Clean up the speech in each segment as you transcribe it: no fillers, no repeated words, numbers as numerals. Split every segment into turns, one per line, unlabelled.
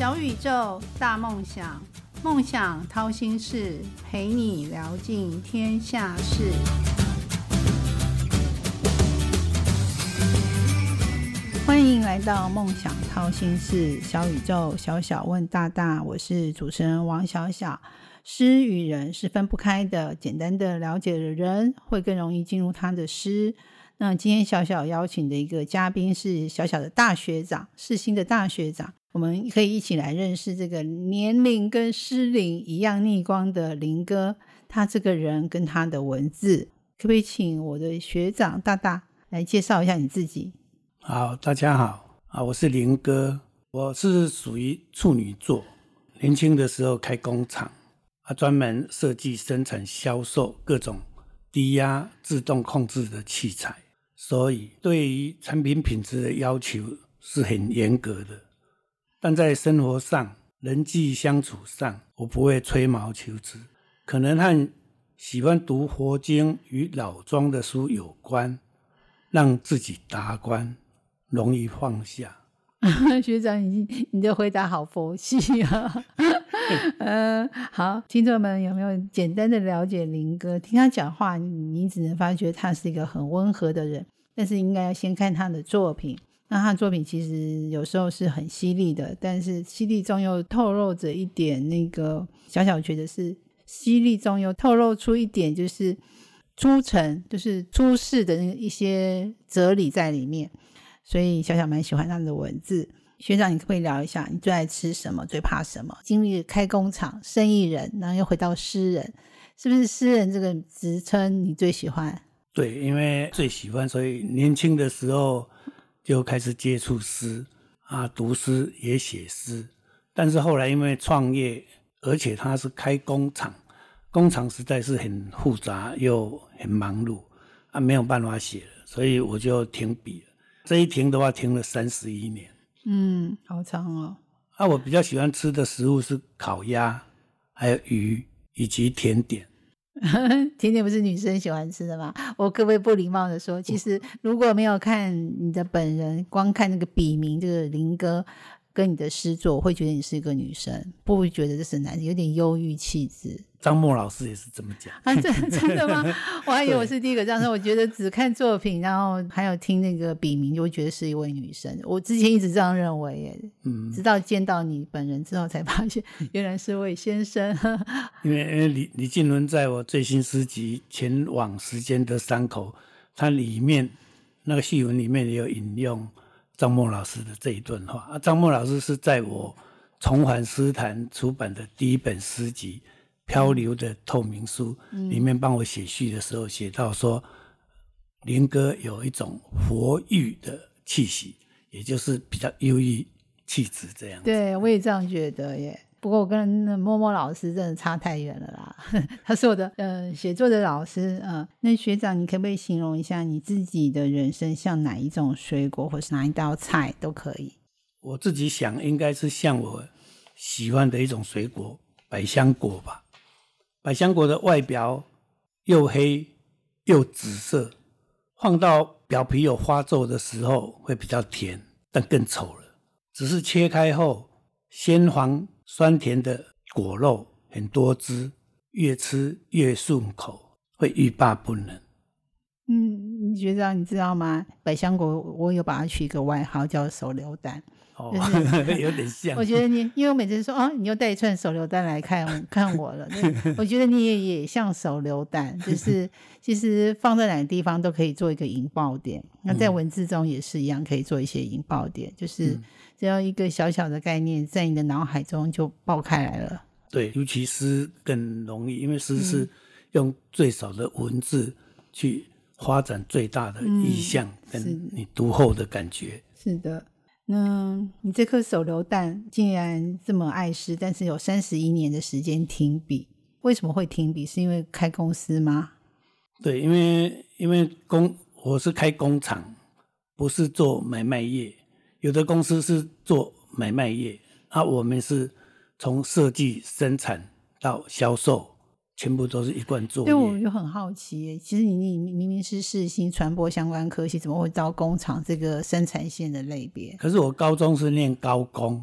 小宇宙，大梦想，梦想掏心事，陪你聊尽天下事。欢迎来到梦想掏心事，小宇宙，小小问大大，我是主持人王小小。诗与人是分不开的，简单的了解的人会更容易进入他的诗。那今天小小邀请的一个嘉宾是小小的大学长，世新的大学长，我们可以一起来认识这个年龄跟诗龄一样逆光的林哥，他这个人跟他的文字。可不可以请我的学长大大来介绍一下你自己？
好，大家好我是林哥，我是属于处女座，年轻的时候开工厂专门设计生产销售各种低压自动控制的器材，所以对于产品品质的要求是很严格的。但在生活上人际相处上，我不会吹毛求疵，可能和喜欢读佛经与老庄的书有关，让自己达观，容易放下。
学长，你的回答好佛系啊！好，听众们有没有简单的了解林哥？听他讲话，你只能发觉他是一个很温和的人，但是应该要先看他的作品。那他的作品其实有时候是很犀利的，但是犀利中又透露着一点那个小小觉得是犀利中又透露出一点就是出尘，就是出世的那一些哲理在里面。所以小小蛮喜欢他的文字。学长，你可不可以聊一下你最爱吃什么，最怕什么？经历开工厂、生意人，然后又回到诗人，是不是诗人这个职称你最喜欢？
对，因为最喜欢，所以年轻的时候就开始接触诗读诗也写诗。但是后来因为创业，而且他是开工厂，工厂实在是很复杂又很忙碌没有办法写了，所以我就停笔了。这一停的话，停了31年。
好长哦。
我比较喜欢吃的食物是烤鸭，还有鱼以及甜点。
甜点不是女生喜欢吃的吗？我可不可以不礼貌的说，其实如果没有看你的本人，光看那个笔名这个林哥跟你的诗作，我会觉得你是一个女生，不会觉得这是男生，有点忧郁气质。
张默老师也是这么讲
真的吗？我还以为我是第一个这样说。我觉得只看作品，然后还有听那个笔名，就会觉得是一位女生。我之前一直这样认为耶，直到见到你本人之后才发现原来是位先生。
因为李静伦在我最新诗集《前往时间的伤口》，它里面那个序文里面也有引用张默老师的这一段话张默老师是在我重返诗坛出版的第一本诗集漂流的透明书里面帮我写序的时候写到说，林哥有一种佛郁的气息，也就是比较忧郁气质这样子。
对，我也这样觉得耶。不过我跟默默老师真的差太远了啦，他是我的写作的老师。那学长，你可不可以形容一下你自己的人生像哪一种水果，或是哪一道菜都可以？
我自己想应该是像我喜欢的一种水果，百香果吧。百香果的外表又黑又紫色，放到表皮有花皱的时候会比较甜，但更丑了。只是切开后鲜黄酸甜的果肉很多汁，越吃越顺口，会欲罢不能。
学长你知道吗？百香果我有把它取一个外号叫手榴弹。
有点像。
我觉得你，因为我每次说你又带一串手榴弹来看我了，我觉得你也像手榴弹，就是其实放在哪个地方都可以做一个引爆点。那在文字中也是一样，可以做一些引爆点，就是只要一个小小的概念在你的脑海中就爆开来了。对，
尤其诗更容易，因为诗是用最少的文字去发展最大的意象跟你读后的感觉。
是的。那你这颗手榴弹竟然这么爱诗，但是有31年的时间停笔，为什么会停笔？是因为开公司吗？
对，因为我是开工厂，不是做买卖业。有的公司是做买卖业我们是从设计生产到销售全部都是一贯作业。
对，我就很好奇耶，其实你明明是世新传播相关科系，怎么会到工厂这个生产线的类别？
可是我高中是念高工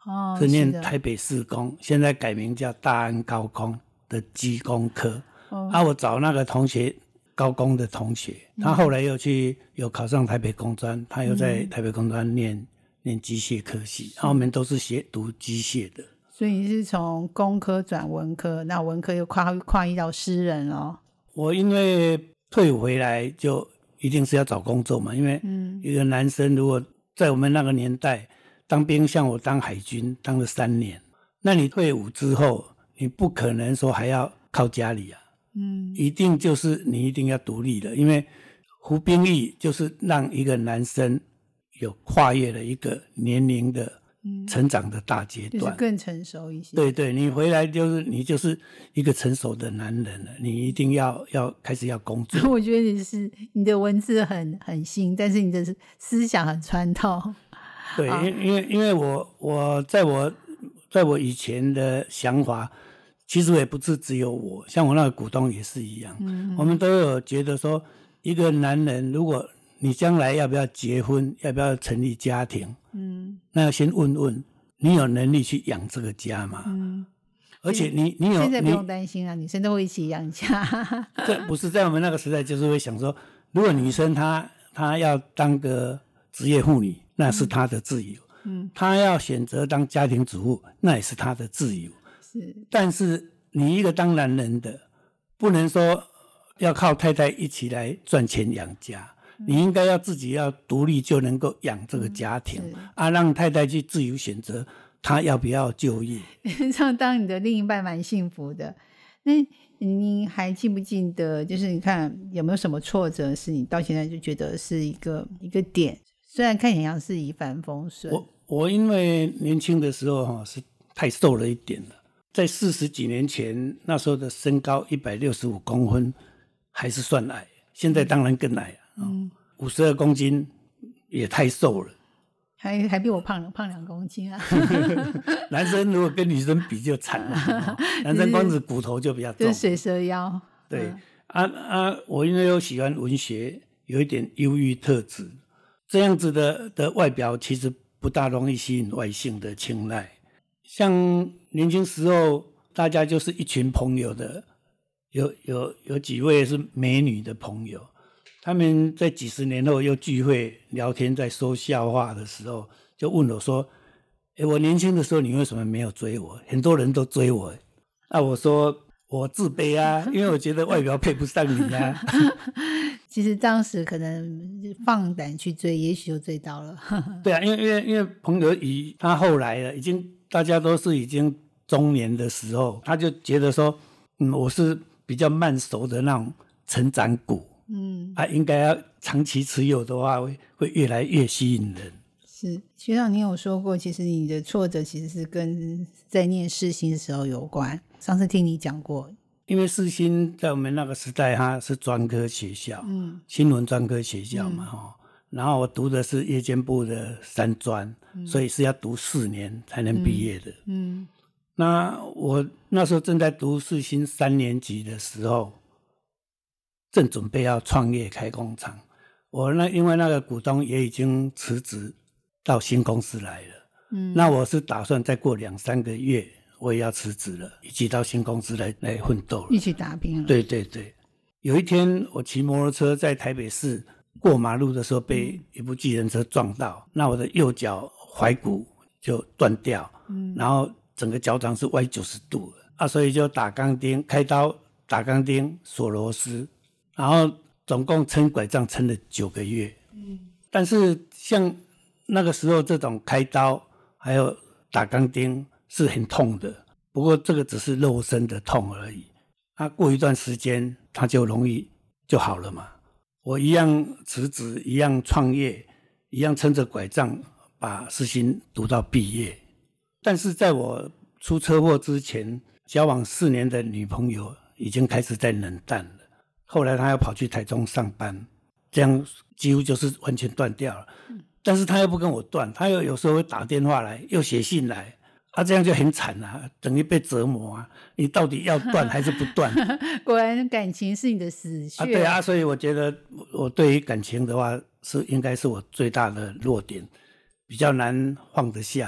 是念
的
台北市工，现在改名叫大安高工的机工科。我找那个同学，高工的同学，他后来有考上台北工专，他又在台北工专念机械科系，我们都是读机械的。
所以你是从工科转文科，那文科又跨译到诗人哦。
我因为退伍回来就一定是要找工作嘛，因为一个男生如果在我们那个年代当兵，像我当海军当了3年，那你退伍之后你不可能说还要靠家里啊，一定就是你一定要独立的，因为服兵役就是让一个男生有跨越了一个年龄的成长的大阶段，
就是更成熟一些。
对对，你回来你就是一个成熟的男人了，你一定要开始要工作。
我觉得你的文字很新，但是你的思想很穿透。
对，因为我在我以前的想法，其实也不是只有我，像我那个股东也是一样，我们都有觉得说，一个男人如果你将来要不要结婚，要不要成立家庭，那要先问问你有能力去养这个家吗？而且你有
现在不用担心啊，女生都会一起养家。
这不是在我们那个时代，就是会想说，如果女生她要当个职业妇女，那是她的自由，她要选择当家庭主妇，那也是她的自由。
是，
但是你一个当男人的，不能说要靠太太一起来赚钱养家，你应该要自己要独立，就能够养这个家庭，让太太去自由选择她要不要就业。
这样当你的另一半蛮幸福的。那你还记不记得，就是你看有没有什么挫折是你到现在就觉得是一个点，虽然看起来像是一帆风顺。
我因为年轻的时候是太瘦了一点了，在40几年前那时候的身高165公分还是算矮，现在当然更矮了，52公斤也太瘦了，
还比我胖2公斤啊！
男生如果跟女生比就惨了，男生光是骨头就比较重，
就是水蛇腰。
对，我因为又喜欢文学，有一点忧郁特质，这样子的外表其实不大容易吸引外性的青睐。像年轻时候大家就是一群朋友的，有几位是美女的朋友，他们在几十年后又聚会聊天，在说笑话的时候就问我说，我年轻的时候你为什么没有追我？很多人都追我。我说我自卑啊，因为我觉得外表配不上你啊。
其实当时可能放胆去追，也许就追到了。
对啊，因为彭德宇他后来了，大家都是已经中年的时候，他就觉得说，我是比较慢熟的那种成长股，应该要长期持有的话，会越来越吸引人。
是，学长，你有说过，其实你的挫折其实是跟在念世新的时候有关。上次听你讲过，
因为世新在我们那个时代，它是专科学校，新闻专科学校嘛，然后我读的是夜间部的3专，所以是要读4年才能毕业的。那我那时候正在读世新3年级的时候，正准备要创业开工厂。因为那个股东也已经辞职到新公司来了，那我是打算再过2-3个月我也要辞职了，一起到新公司来奋斗了，
一起打拼了。
对对对，有一天我骑摩托车在台北市过马路的时候被一部计程车撞到，那我的右脚踝骨就断掉，然后整个脚掌是歪90度的所以就打钢钉，开刀打钢钉锁螺丝，然后总共撑拐杖撑了9个月。但是像那个时候这种开刀还有打钢钉是很痛的，不过这个只是肉身的痛而已，过一段时间它就容易就好了嘛。我一样辞职，一样创业，一样撑着拐杖把世新读到毕业。但是在我出车祸之前，交往4年的女朋友已经开始在冷淡了，后来她要跑去台中上班，这样几乎就是完全断掉了。但是她又不跟我断，她有时候会打电话来，又写信来，这样就很惨啊，等于被折磨啊！你到底要断还是不断？
果然感情是你的死穴
对啊，所以我觉得我对于感情的话，应该是我最大的弱点，比较难放得下。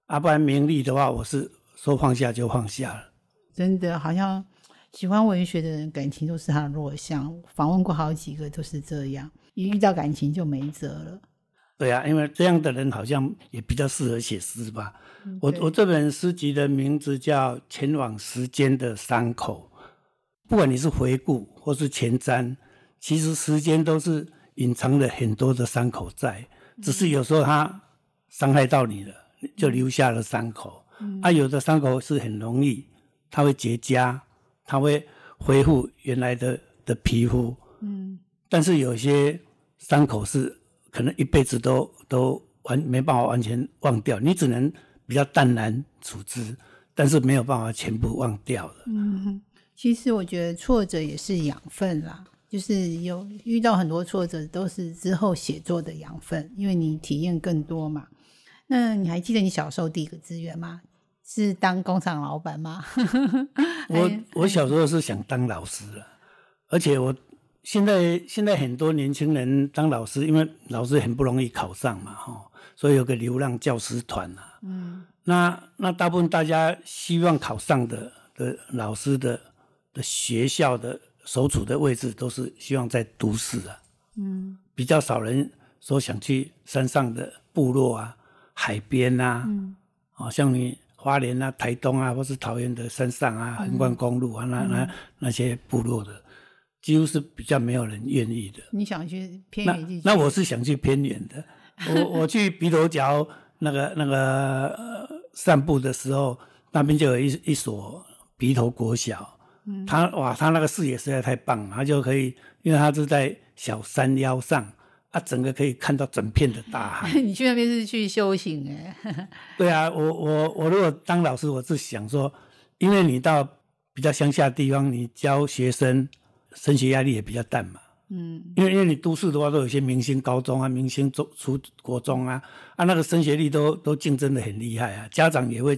不然名利的话，我是说放下就放下了。
真的好像喜欢文学的人感情都是他的弱项，访问过好几个都是这样，一遇到感情就没辙了。
对啊，因为这样的人好像也比较适合写诗吧。我这本诗集的名字叫《前往时间的伤口》，不管你是回顾或是前瞻，其实时间都是隐藏了很多的伤口在，只是有时候它伤害到你了，就留下了伤口。有的伤口是很容易，它会结痂，它会恢复原来的皮肤。但是有些伤口是可能一辈子都没办法完全忘掉，你只能比较淡然处之，但是没有办法全部忘掉了。
其实我觉得挫折也是养分啦，就是有遇到很多挫折都是之后写作的养分，因为你体验更多嘛。那你还记得你小时候第一个志愿吗？是当工厂老板吗？
我小时候是想当老师了，而且我现在很多年轻人当老师，因为老师很不容易考上嘛，所以有个流浪教师团啊。那大部分大家希望考上的老师的学校的所处的位置都是希望在都市啊。比较少人说想去山上的部落啊、海边啊，像你花莲啊、台东啊，或是桃园的山上啊、横贯公路啊，那些部落的，几乎是比较没有人愿意的。
你想去偏远地区？
那我是想去偏远的。我去鼻头角那个散步的时候，那边就有一所鼻头国小。他那个视野实在太棒了，他就可以，因为他是在小山腰上整个可以看到整片的大海。
你去那边是去修行
对啊，我如果当老师，我是想说，因为你到比较乡下的地方，你教学生升学压力也比较淡嘛。因为你都市的话，都有一些明星高中啊、明星国中啊，那个升学率都竞争的很厉害啊，家长也会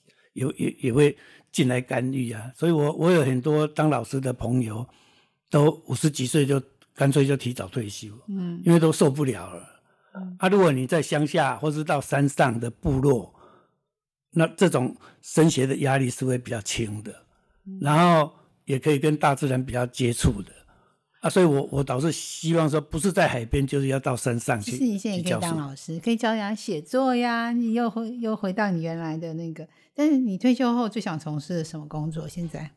进来干预啊，所以我有很多当老师的朋友，都50几岁就干脆就提早退休，因为都受不了了。如果你在乡下或是到山上的部落，那这种升学的压力是会比较轻的，然后也可以跟大自然比较接触的。所以我倒是希望说，不是在海边，就是要到山上去。
其实你现在也可以当老师，可以教人家写作呀。你又回到你原来的那个，但是你退休后最想从事什么工作？现在？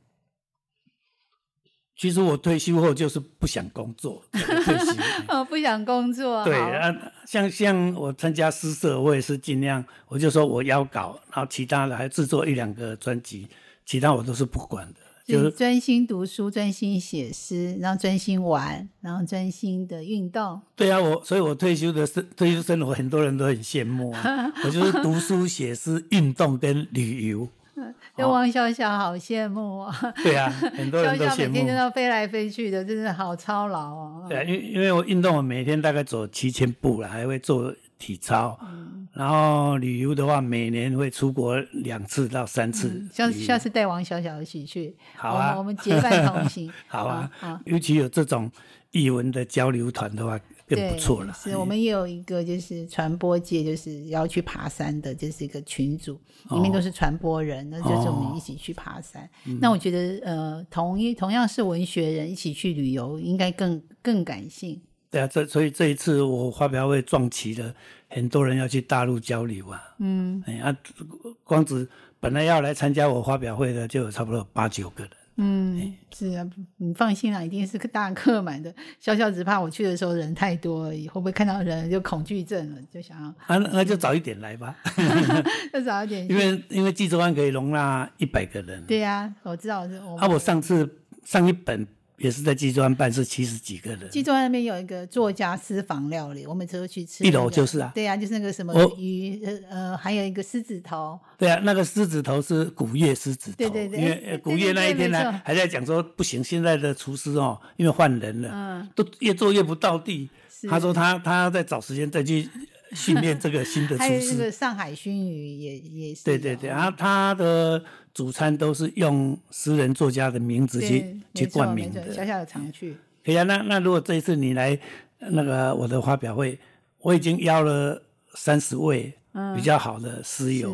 其实我退休后就是不想工作，退休
不想工作。
对像我参加诗社，我也是尽量，我就说我邀稿，然后其他的还制作1-2个专辑，其他我都是不管的。
就是专心读书，专心写诗，然后专心玩，然后专心的运动。
对啊，所以我退休生活，很多人都很羡慕啊。我就是读书、写诗、运动跟旅游。
王小小好羡慕
对啊，很多人都羡慕。
小小每天都要飞来飞去的，真的好操劳
对啊，因为我运动，我每天大概走7000步了，还会做体操。然后旅游的话，每年会出国2次到3次。
下次带王小小一起去，
好啊，
我们结伴同行。
好啊，尤其有这种艺文的交流团的话，更不错了。
是我们也有一个就是传播界，就是要去爬山的，就是一个群组，里面都是传播人，那就是我们一起去爬山。那我觉得同样是文学人一起去旅游，应该更感性。
对啊，所以这一次我发表会撞齐了很多人要去大陆交流啊。光子本来要来参加我发表会的就有差不多8-9个人。
是啊，你放心啦，一定是大客满的。小小只怕我去的时候人太多而已，会不会看到人就恐惧症了，就想要
那就早一点来吧。
就早一点，
因为济州湾可以容纳100个人。
对啊，我知道。
我上一本也是在济州湾办，是70几个人。
济州湾那边有一个作家私房料理，我每次都去吃。
1楼就是啊。
对啊，就是那个什么鱼，还有一个狮子头。
对啊，那个狮子头是古月狮子头。
对。
因为古月那一天呢，还在讲说不行，现在的厨师因为换人了，都越做越不到地。他说他要再找时间再去训练这个新的厨师。还
有那个上海熏鱼也是。
对，然后他的主餐都是用诗人作家的名字去冠名的。
小小的常去。
可以啊，那如果这一次你来那个我的发表会，我已经邀了30位比较好的诗友，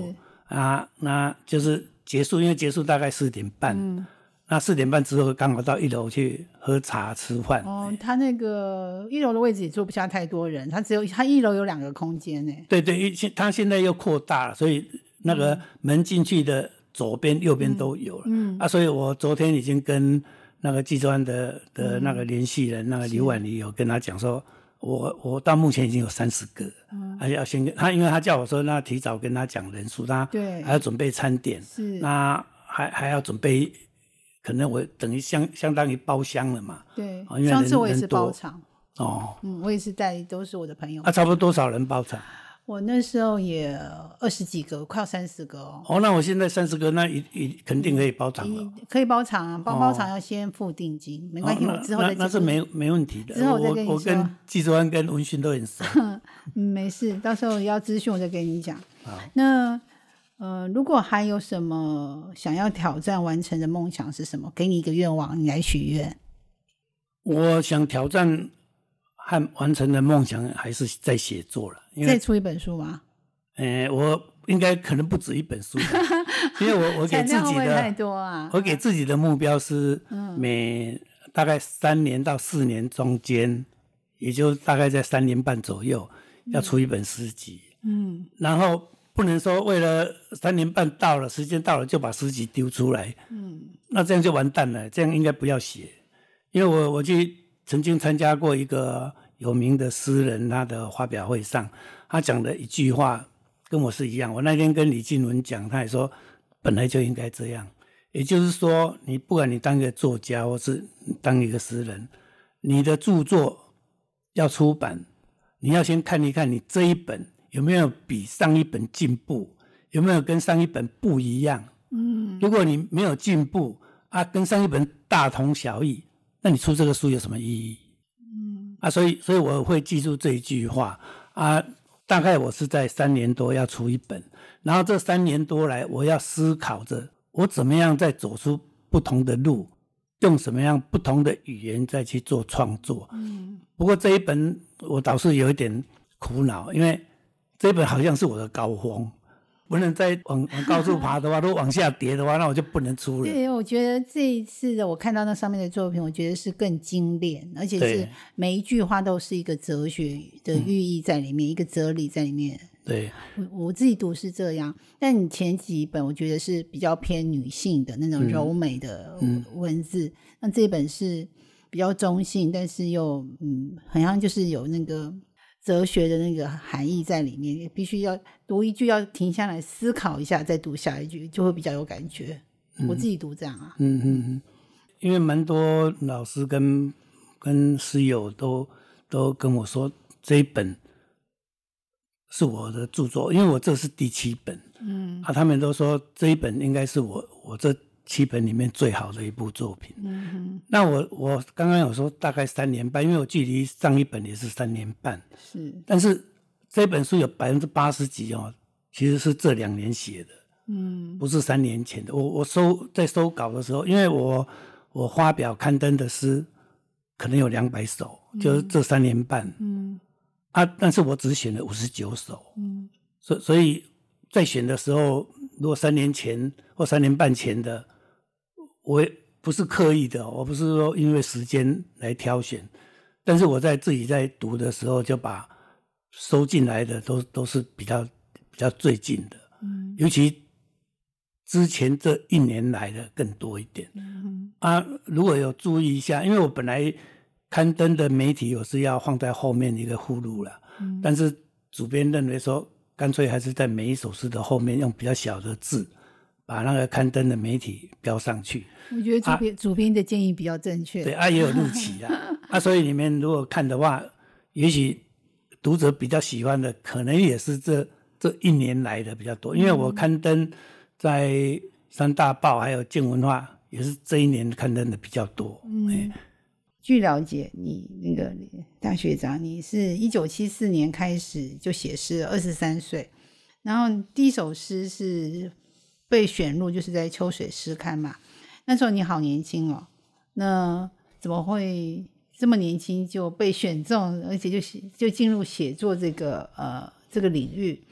那就是结束，因为结束大概4点半。那4点半之后刚好到1楼去喝茶吃饭。
他那个1楼的位置也坐不下太多人，他1楼有2个空间。
对对，他现在又扩大了，所以那个门进去的左边右边都有了。所以我昨天已经跟那个济州湾的那个联系人那个刘婉仪有跟他讲说，我到目前已经有30个，而且要先跟他，因为他叫我说那提早跟他讲人数，他还要准备餐点，那还要准备，可能我等于相当于包厢了嘛。
对，
因为
上次我也是包场。我也是带都是我的朋友。
差不多多少人包场？
我那时候也20几个，快要30个
那我现在30个，那肯定可以包场了。
可以包场啊，包场要先付定金，没关系，我之后再
那是没问题的。
之后我再跟你说。
我跟济州湾跟文勋都很熟。
没事，到时候要资讯我再跟你讲。那如果还有什么想要挑战完成的梦想是什么？给你一个愿望，你来许愿。
我想挑战和完成的梦想还是在写作了。
再出一本书吗？
我应该可能不止一本书，因为我给自己的
会不会太多啊？
我给自己的目标是每大概3年到4年中间，也就大概在3年半左右要出一本诗集。然后不能说为了3年半到了时间到了就把诗集丢出来，那这样就完蛋了，这样应该不要写。因为我曾经参加过一个有名的诗人他的发表会上，他讲的一句话跟我是一样。我那天跟李静文讲，他也说本来就应该这样。也就是说，你不管你当一个作家或是当一个诗人，你的著作要出版，你要先看一看你这一本有没有比上一本进步，有没有跟上一本不一样。如果你没有进步跟上一本大同小异，那你出这个书有什么意义？所以我会记住这一句话大概我是在3年多要出一本，然后这3年多来我要思考着我怎么样再走出不同的路，用什么样不同的语言再去做创作。不过这一本我倒是有一点苦恼，因为这一本好像是我的高峰，不能再往高处爬的话，如果往下跌的话，那我就不能出了。
对，我觉得这一次的我看到那上面的作品，我觉得是更精炼，而且是每一句话都是一个哲学的寓意在里面，一个哲理在里面。
对，
我自己读是这样，但你前几本我觉得是比较偏女性的那种柔美的文字，那这本是比较中性，但是又好像就是有那个哲学的那个含义在里面，必须要读一句要停下来思考一下再读下一句，就会比较有感觉。我自己读这样啊。
因为蛮多老师跟师友都跟我说这一本是我的著作，因为我这是第7本。他们都说这一本应该是我这7本里面最好的一部作品。那我刚刚有说大概3年半，因为我距离上一本也是3年半。但是这本书有80%几其实是这2年写的。不是3年前的。我在收稿的时候，因为我发表刊登的诗可能有200首，就是这3年半。但是我只选了59首。所以在选的时候，如果3年前或3年半前的，我也不是刻意的，我不是说因为时间来挑选，但是我自己在读的时候，就把收进来的都是比较最近的。尤其之前这1年来的更多一点。如果有注意一下，因为我本来刊登的媒体我是要放在后面一个附录了，但是主编认为说干脆还是在每一首诗的后面用比较小的字把那个刊登的媒体标上去。
我觉得主编的建议比较正确。
对也有日期所以你们如果看的话，也许读者比较喜欢的可能也是这1年来的比较多。因为我刊登在三大报还有静文化也是这1年刊登的比较多。
据了解，你那个大学长，你是1974年开始就写诗了，23岁，然后第一首诗是被选入就是在秋水诗刊嘛。那时候你好年轻哦，那怎么会这么年轻就被选中，而且就进入写作这个领域？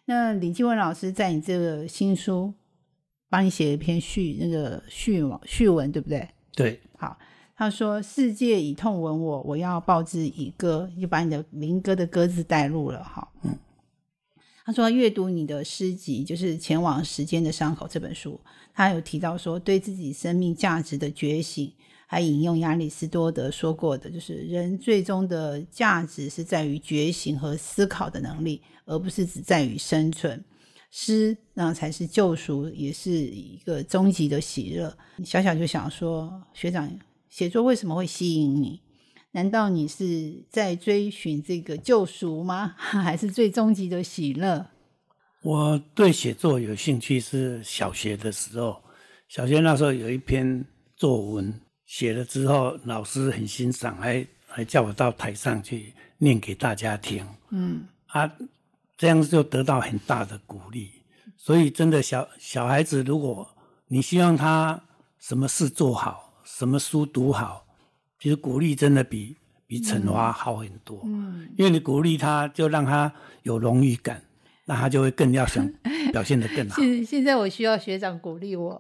那李继文老师在你这个新书帮你写一篇序文，对不对？
对，
好，他说世界以痛吻我，我要报之以歌，就把你的灵歌的歌字带入了哈。他说阅读你的诗集，就是《前往时间的伤口》这本书，他有提到说对自己生命价值的觉醒，还引用亚里士多德说过的，就是人最终的价值是在于觉醒和思考的能力，而不是只在于生存。诗那才是救赎，也是一个终极的喜乐。小小就想说，学长写作为什么会吸引你？难道你是在追寻这个救赎吗？还是最终极的喜乐？
我对写作有兴趣是小学的时候，小学那时候有一篇作文写了之后，老师很欣赏，还叫我到台上去念给大家听。这样就得到很大的鼓励。所以真的小孩子，如果你希望他什么事做好，什么书读好，其实鼓励真的比惩罚好很多。因为你鼓励他，就让他有荣誉感，那他就会更要想表现得更好。
现在我需要学长鼓励我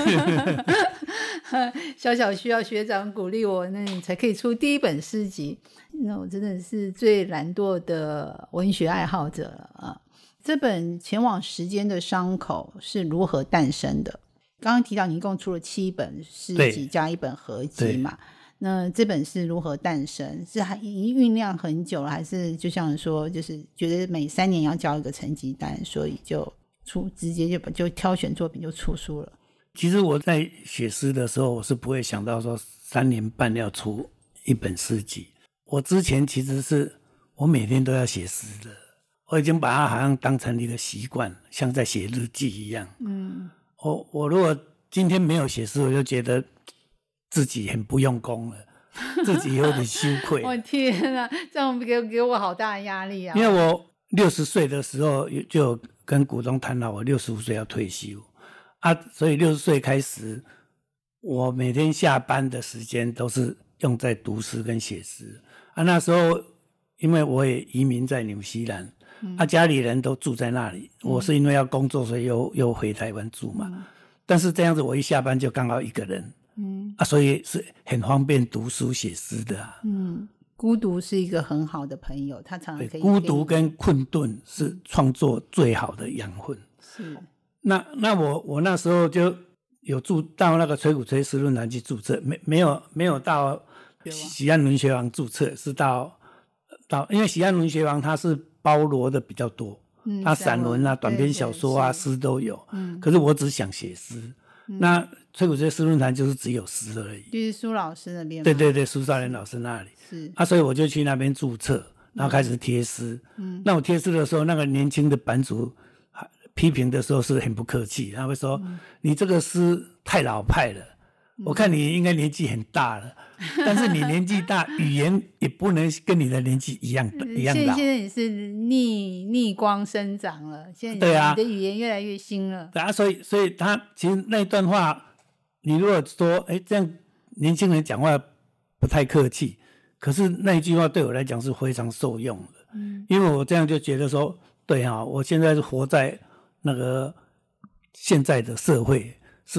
小需要学长鼓励我，那你才可以出第一本诗集。那我真的是最懒惰的文学爱好者了啊！这本《前往时间的伤口》是如何诞生的？刚刚提到你一共出了7本诗集加一本合集嘛？那这本是如何诞生？是已经酝酿很久了，还是就像说，就是觉得每3年要交一个成绩单，所以就直接就挑选作品就出书了？
其实我在写诗的时候，我是不会想到说3年半要出一本诗集。我之前其实是我每天都要写诗的，我已经把它好像当成一个习惯，像在写日记一样。我如果今天没有写诗，我就觉得自己很不用功了，自己有点羞愧。
我天啊，这样给我好大的压力啊！
因为我60岁的时候就有跟股东谈好，我65岁要退休所以60岁开始，我每天下班的时间都是用在读诗跟写诗。那时候因为我也移民在纽西兰，家里人都住在那里，我是因为要工作，所以又回台湾住嘛。但是这样子我一下班就刚好一个人，所以是很方便读书写诗的。
孤独是一个很好的朋友，他常常可以
孤独跟困顿是创作最好的养分。
是。
那我那时候就有到那个吹鼓吹诗论坛去注册，没有到喜安文学王注册，是到因为喜安文学王它是包罗的比较多，它散文啊、短篇小说啊、诗都有。可是我只想写诗，那吹鼓吹诗论坛就是只有诗而已。
就是苏老师那边吗？
对，苏少年老师那里是所以我就去那边注册，然后开始贴诗。那我贴诗的时候，那个年轻的版主批评的时候是很不客气，他会说你这个诗太老派了，我看你应该年纪很大了，但是你年纪大，语言也不能跟你的年纪一样老。
现在你是逆光生长了，现在你的语言越来越新了。
对啊，所以他其实那段话，你如果说这样年轻人讲话不太客气，可是那一句话对我来讲是非常受用的。因为我这样就觉得说，对啊，我现在是活在那个现在的社会是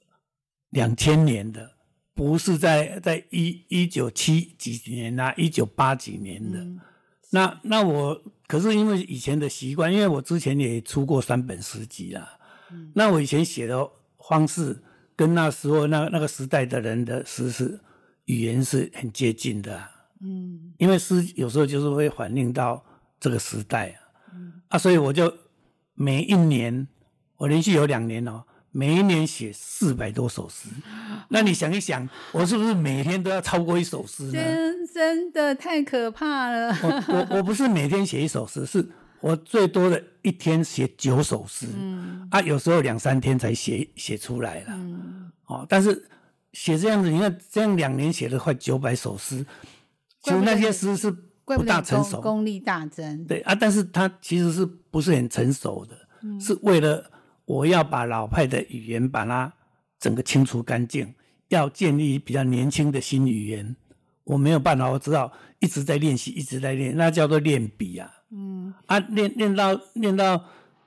2000年的，不是在1970几年啊，1980几年的。那我可是因为以前的习惯，因为我之前也出过3本诗集啦。那我以前写的方式跟那时候那个时代的人的诗是语言是很接近的。因为诗有时候就是会反映到这个时代所以我就每一年，我连续有2年每一年写400多首诗。那你想一想，我是不是每天都要超过1首诗呢？
真的太可怕了。
我不是每天写1首诗，是我最多的一天写9首诗。有时候2-3天才写出来了。但是写这样子，你看这样2年写了快900首诗，其实那些诗是不大成熟，
功力大增。
对但是它其实是不是很成熟的，是为了我要把老派的语言把它整个清除干净，要建立比较年轻的新语言。我没有办法，我知道一直在练习，一直在练，那叫做练笔啊。练到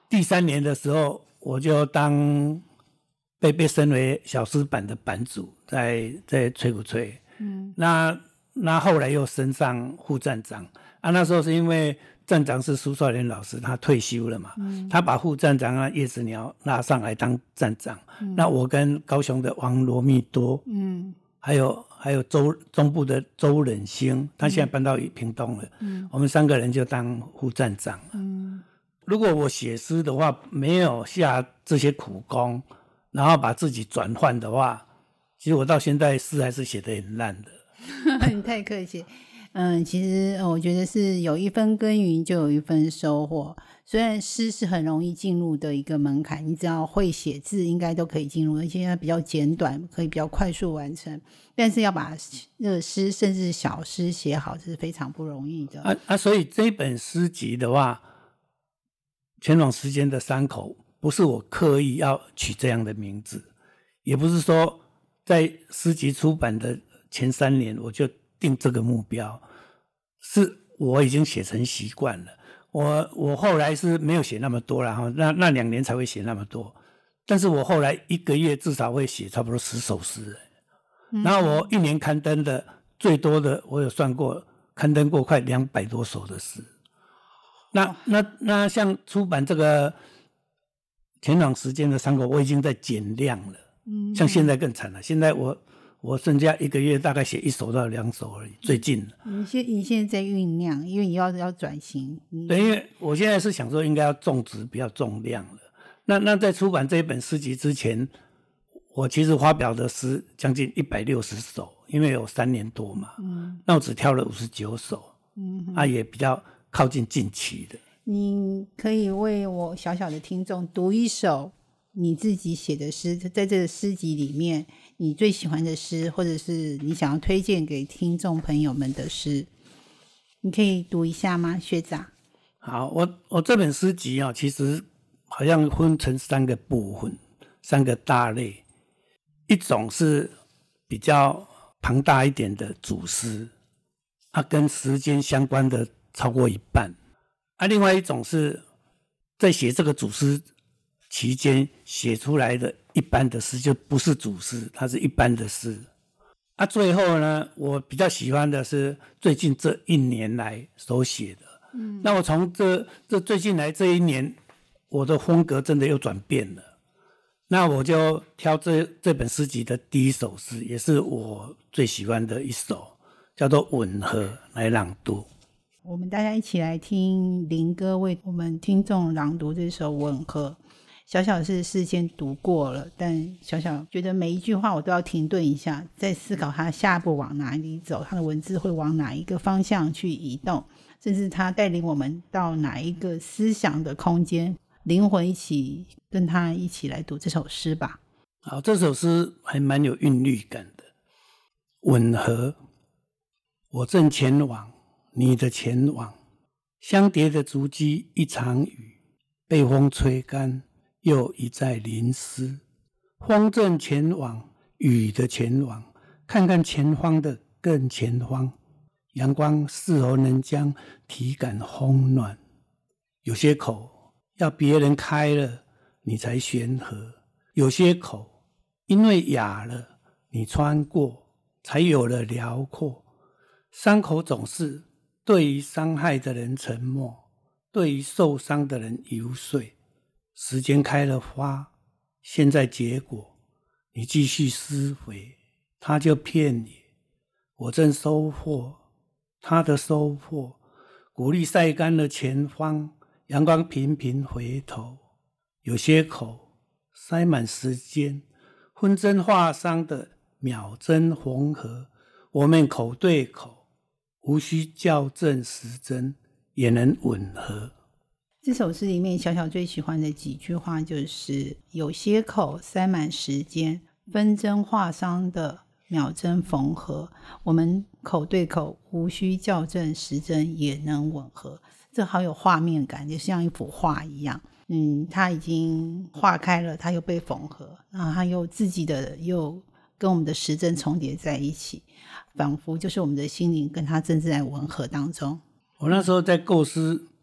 第3年的时候，我就被升为小诗版的版主，在吹鼓吹。那后来又升上副站长啊，那时候是因为站长是苏少莲老师，他退休了嘛，他把副站长啊叶子鸟拉上来当站长。那我跟高雄的王罗密多，还有中部的周忍星，他现在搬到屏东了，我们3个人就当副站长了。如果我写诗的话，没有下这些苦功，然后把自己转换的话，其实我到现在诗还是写得很烂的。
你太客气。其实我觉得是有一分耕耘就有一分收获。虽然诗是很容易进入的一个门槛，你只要会写字应该都可以进入，而且它比较简短，可以比较快速完成。但是要把诗甚至小诗写好是非常不容易的。
所以这本诗集的话，前往时间的山口，不是我刻意要取这样的名字，也不是说在诗集出版的前3年我就定这个目标，是我已经写成习惯了。我后来是没有写那么多啦，那2年才会写那么多，但是我后来1个月至少会写差不多10首诗。然后我1年刊登的最多的，我有算过，刊登过快200多首的诗。那像出版这个前往时间的山口，我已经在减量了。像现在更惨了，现在我剩下1个月大概写1首到2首而已，最近
你现在在酝酿，因为你要转型。
对，因为我现在是想说应该要重质不要重量了。那在出版这一本诗集之前，我其实发表的诗将近160首，因为有3年多嘛。那我只挑了59首。也比较靠近近期的。
你可以为我小小的听众读一首你自己写的诗，在这个诗集里面你最喜欢的诗，或者是你想要推荐给听众朋友们的诗，你可以读一下吗，学长？
好，我这本诗集其实好像分成3个部分，3个大类。一种是比较庞大一点的主诗，跟时间相关的超过一半。另外一种是在写这个主诗期间写出来的一般的诗，就不是主诗，它是一般的诗。最后呢，我比较喜欢的是最近这1年来所写的。那我从这最近来这1年，我的风格真的又转变了。那我就挑这本诗集的第1首诗，也是我最喜欢的一首，叫做《吻合》来朗读。
我们大家一起来听林哥为我们听众朗读这首《吻合》。小小是事先读过了，但小小觉得每一句话我都要停顿一下，再思考他下一步往哪里走，他的文字会往哪一个方向去移动，甚至他带领我们到哪一个思想的空间，灵魂一起跟他一起来读这首诗吧。
好，这首诗还蛮有韵律感的。吻合，我正前往，你的前往，相叠的足迹一场雨，被风吹干，又一再淋湿。风正前往，雨的前往，看看前方的更前方，阳光是否能将体感烘暖。有些口要别人开了你才悬河，有些口因为哑了你穿过才有了辽阔。伤口总是对于伤害的人沉默，对于受伤的人游说。时间开了花，现在结果你继续施肥，他就骗你。我正收获他的收获，谷粒晒干了前方，阳光频频回头。有些口塞满时间，分针划伤的秒针缝合，我们口对口，无需校正时针也能吻合。
这首诗里面小小最喜欢的几句话就是有些口塞满时间，分针划伤的秒针缝合，我们口对口，无需校正时针也能吻合。这好有画面感，就像一幅画一样。它已经化开了，它又被缝合，然后它又自己的又跟我们的时针重叠在一起，仿佛就是我们的心灵跟它正在吻合当中。
我那时候在构思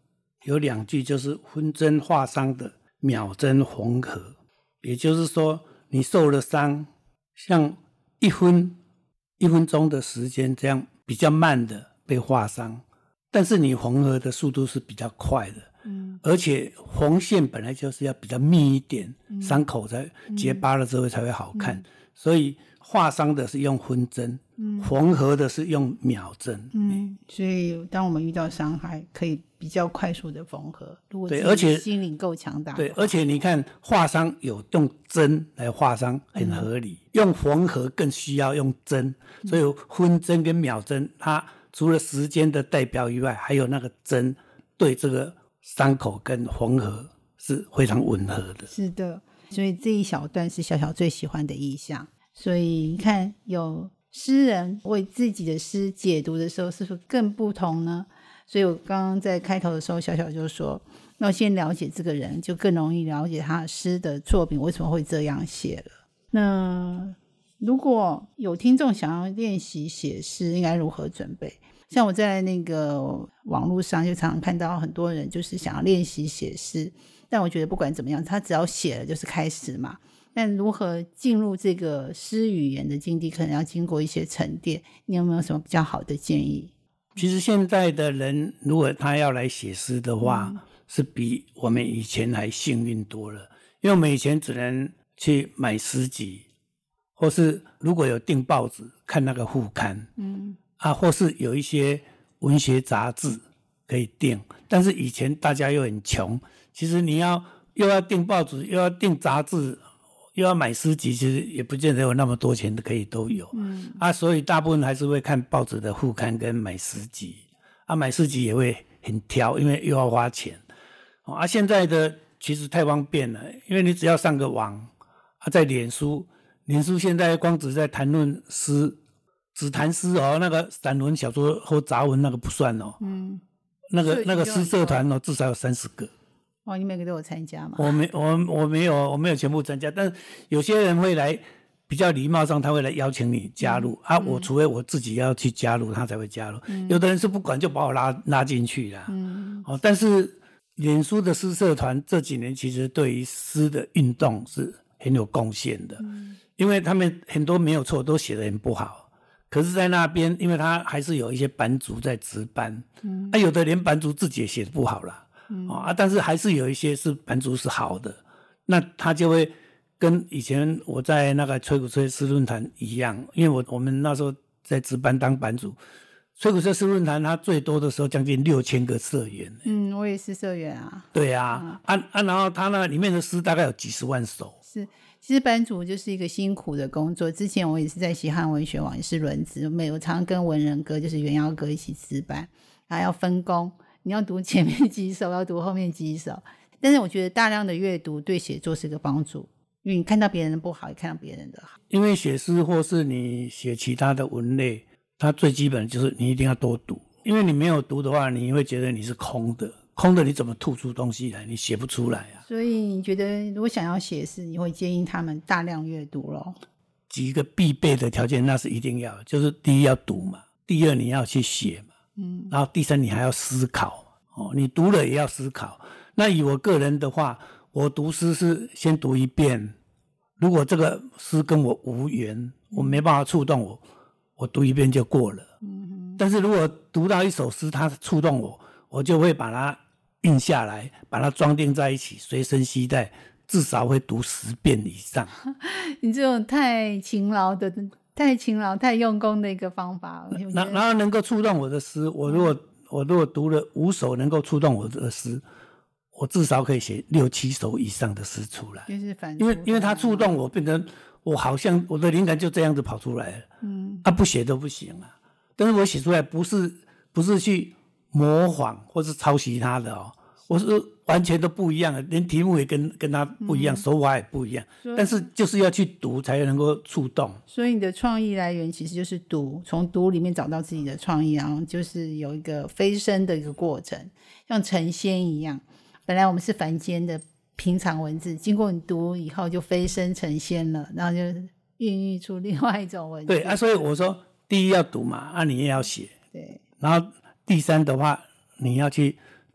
有2句就是分针划伤的秒针缝合，也就是说你受了伤，像1分钟的时间这样比较慢的被划伤，但是你缝合的速度是比较快的，而且缝线本来就是要比较密一点，伤口才结疤了之后才会好看，所以划伤的是用分针，缝合的是用秒针。
所以当我们遇到伤害，可以比较快速的缝合。如果
对，而且
心灵够强大，
对，而且你看划伤有用针来划伤，很合理。用缝合更需要用针，所以分针跟秒针，它除了时间的代表以外，还有那个针对这个伤口跟缝合是非常吻合的。
是的，所以这一小段是小小最喜欢的意象。所以你看，有诗人为自己的诗解读的时候，是不是更不同呢？所以我刚刚在开头的时候，小小就说，要先了解这个人，就更容易了解他的诗的作品为什么会这样写了。那如果有听众想要练习写诗，应该如何准备？像我在那个网络上就常常看到很多人就是想要练习写诗，但我觉得不管怎么样，他只要写了就是开始嘛。但如何进入这个诗语言的境地，可能要经过一些沉淀。你有没有什么比较好的建议？
其实现在的人如果他要来写诗的话，是比我们以前还幸运多了，因为我们以前只能去买诗集，或是如果有订报纸看那个副刊，或是有一些文学杂志可以订，但是以前大家又很穷，其实你又要订报纸，又要订杂志，又要买诗集，其实也不见得有那么多钱可以都有。所以大部分还是会看报纸的副刊跟买诗集。买诗集也会很挑，因为又要花钱。现在的其实太方便了，因为你只要上个网，在脸书现在光只在谈论诗，只谈诗那个散文、小说或杂文那个不算那个诗社团至少有30个。
你每个都有参加吗？
我没有全部参加，但有些人会来，比较礼貌上他会来邀请你加入我除非我自己要去加入，他才会加入。有的人是不管就把我拉进去啦。但是脸书的诗社团这几年其实对于诗的运动是很有贡献的，因为他们很多没有错，都写得很不好。可是在那边，因为他还是有一些版主在值班，有的连版主自己也写得不好啦。但是还是有一些是版主是好的，那他就会跟以前我在那个吹鼓吹诗论坛一样，因为我们那时候在值班当版主，吹鼓吹诗论坛他最多的时候将近6000个社员。
我也是社员啊。
对啊，然后他那里面的诗大概有几十万首。
是，其实版主就是一个辛苦的工作。之前我也是在西汉文学网也是轮值，我常常跟文人哥就是元耀哥一起值班，还要分工。你要读前面几首，要读后面几首，但是我觉得大量的阅读对写作是个帮助，因为你看到别人的不好，也看到别人的好。
因为写诗或是你写其他的文类，它最基本就是你一定要多读，因为你没有读的话，你会觉得你是空的你怎么吐出东西来？你写不出来啊。
所以你觉得如果想要写诗，你会建议他们大量阅读咯？
几个必备的条件，那是一定要，就是第一要读嘛，第二你要去写嘛。然后第三你还要思考，你读了也要思考。那以我个人的话，我读诗是先读一遍，如果这个诗跟我无缘，我没办法触动我读一遍就过了。但是如果读到一首诗它触动我就会把它印下来，把它装订在一起，随身携带，至少会读10遍以上。
你这种太勤劳、太用功的一个方法。
然后能够触动我的诗，我如果读了5首能够触动我的诗，我至少可以写6、7首以上的诗出来。
就是
因为它触动我，变成我好像我的灵感就这样子跑出来了。不写都不行啊。但是我写出来不是去模仿或是抄袭他的我是完全都不一样的，连题目也跟他不一样，手法也不一样，但是就是要去读才能够触动。
所以你的创意来源其实就是读，从读里面找到自己的创意，然后就是有一个飞升的一个过程，像成仙一样。本来我们是凡间的平常文字，经过你读以后就飞升成仙了，然后就孕育出另外一种文字。
对所以我说第一要读嘛，你也要写。
对。
然后第三的话，你要去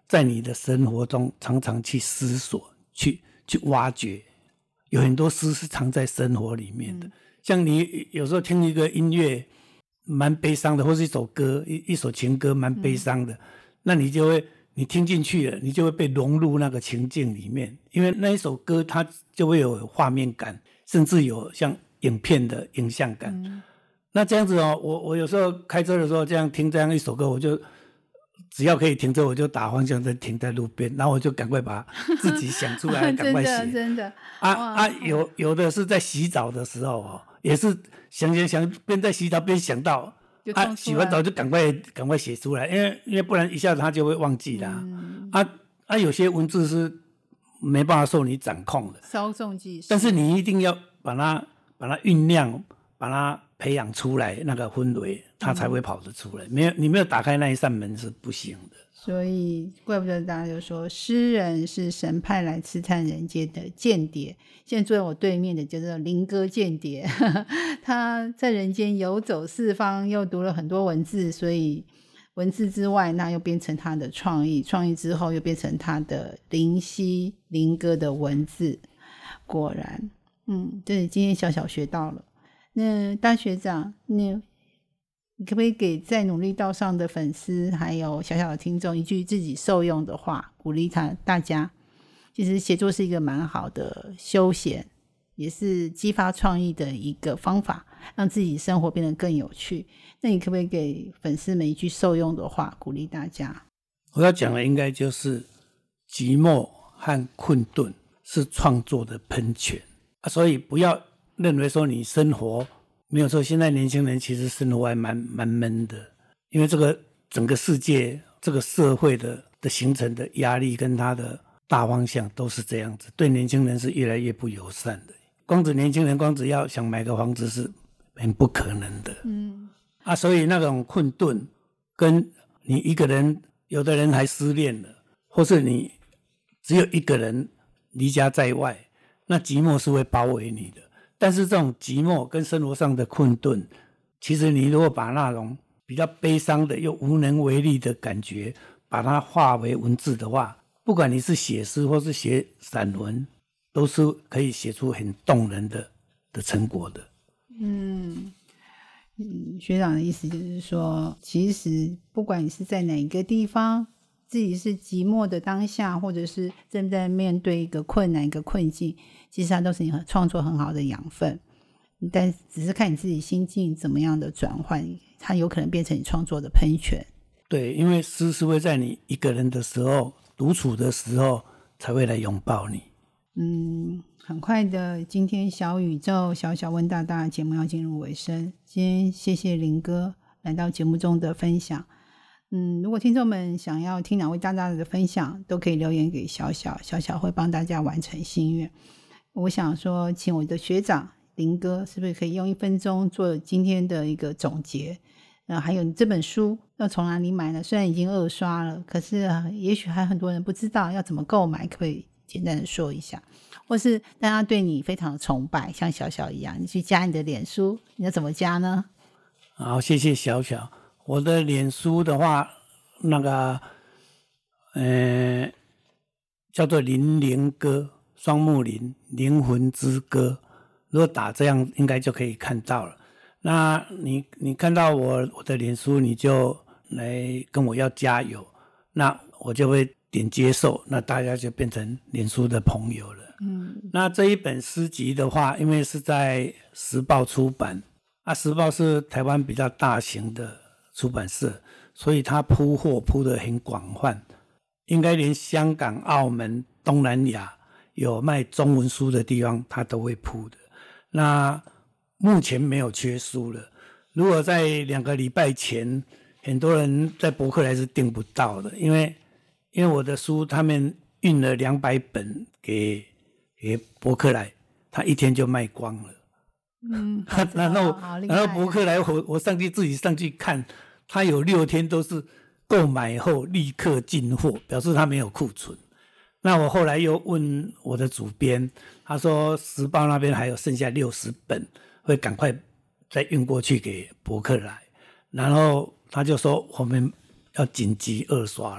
在你的生活中常常去思索，去挖掘，有很多诗是藏在生活里面的。像你有时候听一个音乐蛮悲伤的，或是一首歌，一首情歌蛮悲伤的，那你就会你听进去了，你就会被融入那个情境里面，因为那一首歌它就会有画面感，甚至有像影片的影像感。那这样子哦，我有时候开车的时候这样听这样一首歌，我就只要可以停车，我就打方向灯停在路边，然后我就赶快把自己想出来赶快写。
真的
有的是在洗澡的时候哦，也是想边在洗澡边想到洗完澡就赶快写出来，因为不然一下子他就会忘记啦。有些文字是没办法受你掌控的，
稍纵即逝，
但是你一定要把它酝酿，把它培养出来，那个氛围它才会跑得出来。你没有打开那一扇门是不行的。
所以怪不得大家就说诗人是神派来刺探人间的间谍。现在坐在我对面的叫做林哥间谍，他在人间游走四方，又读了很多文字，所以文字之外那又变成他的创意之后又变成他的灵犀林哥的文字。果然对，今天小学到了。那大学长，你可不可以给在努力道上的粉丝还有小小的听众一句自己受用的话，鼓励大家？其实写作是一个蛮好的休闲，也是激发创意的一个方法，让自己生活变得更有趣。那你可不可以给粉丝们一句受用的话，鼓励大家？
我要讲的应该就是寂寞和困顿是创作的喷泉所以不要认为说你生活没有错。现在年轻人其实生活还蛮闷的，因为这个整个世界这个社会的形成的压力跟它的大方向都是这样子，对年轻人是越来越不友善的。年轻人光只要想买个房子是很不可能的。所以那种困顿跟你一个人，有的人还失恋了，或是你只有一个人离家在外，那寂寞是会包围你的。但是这种寂寞跟生活上的困顿，其实你如果把那种比较悲伤的又无能为力的感觉把它化为文字的话，不管你是写诗或是写散文，都是可以写出很动人的成果的。
学长的意思就是说，其实不管你是在哪一个地方，自己是寂寞的当下，或者是正在面对一个困难一个困境，其实它都是你创作很好的养分，但只是看你自己心境怎么样的转换，它有可能变成你创作的喷泉。
对，因为诗是会在你一个人的时候独处的时候才会来拥抱你。
很快的，今天小宇宙小小问大大节目要进入尾声，今天谢谢林哥来到节目中的分享。如果听众们想要听哪位大大的分享，都可以留言给小小会帮大家完成心愿。我想说请我的学长林哥是不是可以用1分钟做今天的一个总结，还有你这本书要从哪里买呢？虽然已经2刷了，可是也许还很多人不知道要怎么购买，可不可以简单的说一下？或是大家对你非常的崇拜，像小小一样，你去加你的脸书，你要怎么加呢？
好，谢谢小小。我的脸书的话，那个叫做林灵歌，双木林，灵魂之歌。如果打这样应该就可以看到了。那你看到我的脸书，你就来跟我要加油，那我就会点接受，那大家就变成脸书的朋友了。那这一本诗集的话，因为是在时报出版时报是台湾比较大型的出版社，所以它铺货铺得很广泛，应该连香港、澳门、东南亚有卖中文书的地方它都会铺的。那目前没有缺书了，如果在2个礼拜前很多人在博客来是订不到的，因为我的书他们运了200本给博客来，他1天就卖光了。然后博客来我自己上去看，他有6天都是购买后立刻进货，表示他没有库存。那我后来又问我的主编，他说时报那边还有剩下60本，会赶快再运过去给博客来。然后他就说我们要紧急2刷了。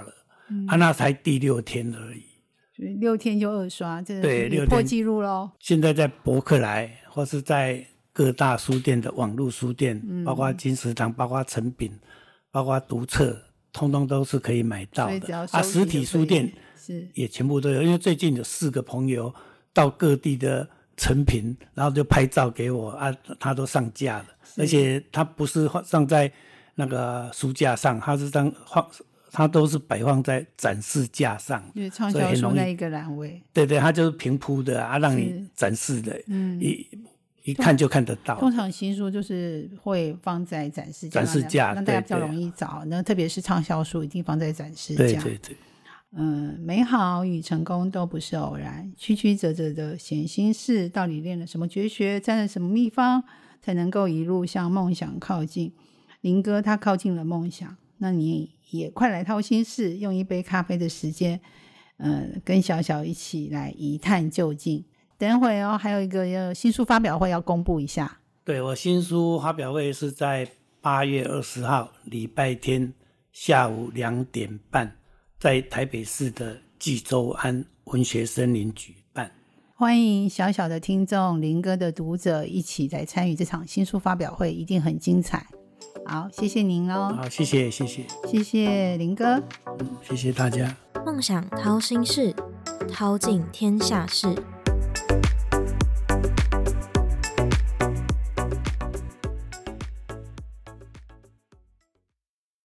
那才第6天而已。
所以6天就2刷，这
对
个破纪录咯。
现在在博客来或是在各大书店的网络书店，包括金石堂，包括诚品，包括读册，通通都是可以买到的。实体书店也全部都有，因为最近有4个朋友到各地的成品，然后就拍照给我他都上架了，而且他不是上在那个书架上，它都是摆放在展示架上，
因为畅销书那一个栏位，
对，它就是平铺的让你展示的，一看就看得到。
通常新书就是会放在展示架，让大家比较容易找。那特别是畅销书，一定放在展示架。
对。
美好与成功都不是偶然，曲曲折折的显心事，到底练了什么绝学，沾了什么秘方，才能够一路向梦想靠近？林哥他靠近了梦想，那你也快来掏心事，用一杯咖啡的时间，跟小小一起来一探究竟。等会还有一个新书发表会要公布一下。
对，我新书发表会是在8月20号礼拜天下午2点半，在台北市的纪州安文学森林举办。
欢迎小小的听众、林哥的读者一起来参与这场新书发表会，一定很精彩。好，谢谢您咯。
好，谢谢
林哥。
谢谢大家。
梦想掏心事，掏尽天下事。